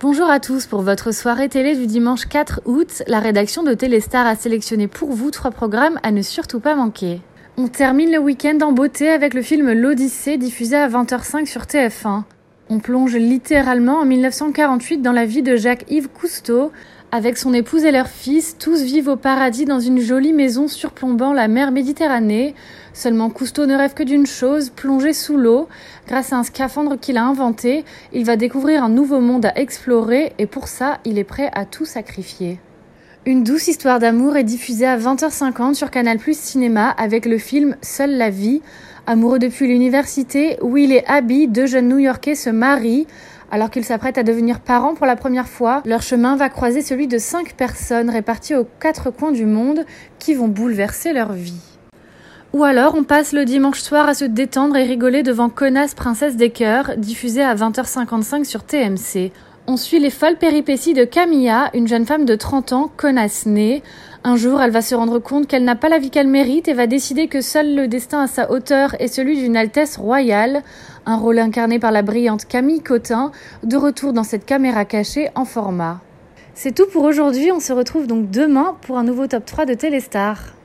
Bonjour à tous, pour votre soirée télé du dimanche 4 août, la rédaction de Téléstar a sélectionné pour vous 3 programmes à ne surtout pas manquer. On termine le week-end en beauté avec le film L'Odyssée diffusé à 20h05 sur TF1. On plonge littéralement en 1948 dans la vie de Jacques-Yves Cousteau. Avec son épouse et leur fils, tous vivent au paradis dans une jolie maison surplombant la mer Méditerranée. Seulement Cousteau ne rêve que d'une chose, plonger sous l'eau. Grâce à un scaphandre qu'il a inventé, il va découvrir un nouveau monde à explorer et pour ça, il est prêt à tout sacrifier. Une douce histoire d'amour est diffusée à 20h50 sur Canal+ Cinéma avec le film Seule la vie. Amoureux depuis l'université, Will et Abby, 2 jeunes New-Yorkais, se marient. Alors qu'ils s'apprêtent à devenir parents pour la première fois, leur chemin va croiser celui de 5 personnes réparties aux 4 coins du monde qui vont bouleverser leur vie. Ou alors on passe le dimanche soir à se détendre et rigoler devant Connasse Princesse des Cœurs, diffusé à 20h55 sur TMC. On suit les folles péripéties de Camilla, une jeune femme de 30 ans, connasse née. Un jour, elle va se rendre compte qu'elle n'a pas la vie qu'elle mérite et va décider que seul le destin à sa hauteur est celui d'une Altesse royale. Un rôle incarné par la brillante Camille Cotin, de retour dans cette caméra cachée en format. C'est tout pour aujourd'hui, on se retrouve donc demain pour un nouveau top 3 de Téléstar.